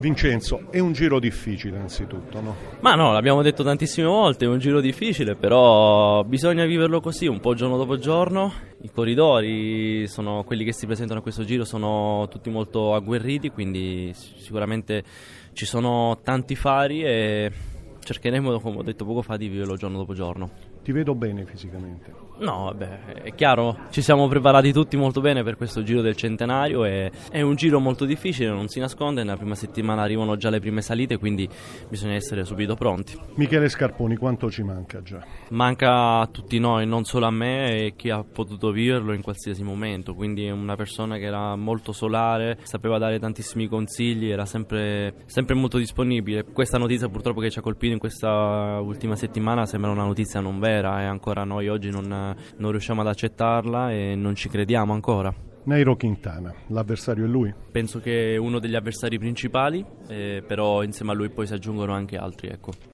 Vincenzo, è un giro difficile innanzitutto, no? Ma no, l'abbiamo detto tantissime volte, è un giro difficile, però bisogna viverlo così, un po' giorno dopo giorno. I corridori sono quelli che si presentano a questo giro, sono tutti molto agguerriti, quindi sicuramente ci sono tanti fari e cercheremo, come ho detto poco fa, di viverlo giorno dopo giorno. Ti vedo bene fisicamente. No, vabbè, è chiaro, ci siamo preparati tutti molto bene per questo giro del centenario e è un giro molto difficile, non si nasconde, nella prima settimana arrivano già le prime salite, quindi bisogna essere subito pronti. Michele Scarponi, quanto ci manca già? Manca a tutti noi, non solo a me e chi ha potuto viverlo in qualsiasi momento, quindi è una persona che era molto solare, sapeva dare tantissimi consigli, era sempre molto disponibile. Questa notizia purtroppo che ci ha colpito in questa ultima settimana sembra una notizia non vera e ancora noi oggi non riusciamo ad accettarla e non ci crediamo ancora. Nairo Quintana, l'avversario è lui? Penso che è uno degli avversari principali, però insieme a lui poi si aggiungono anche altri, ecco.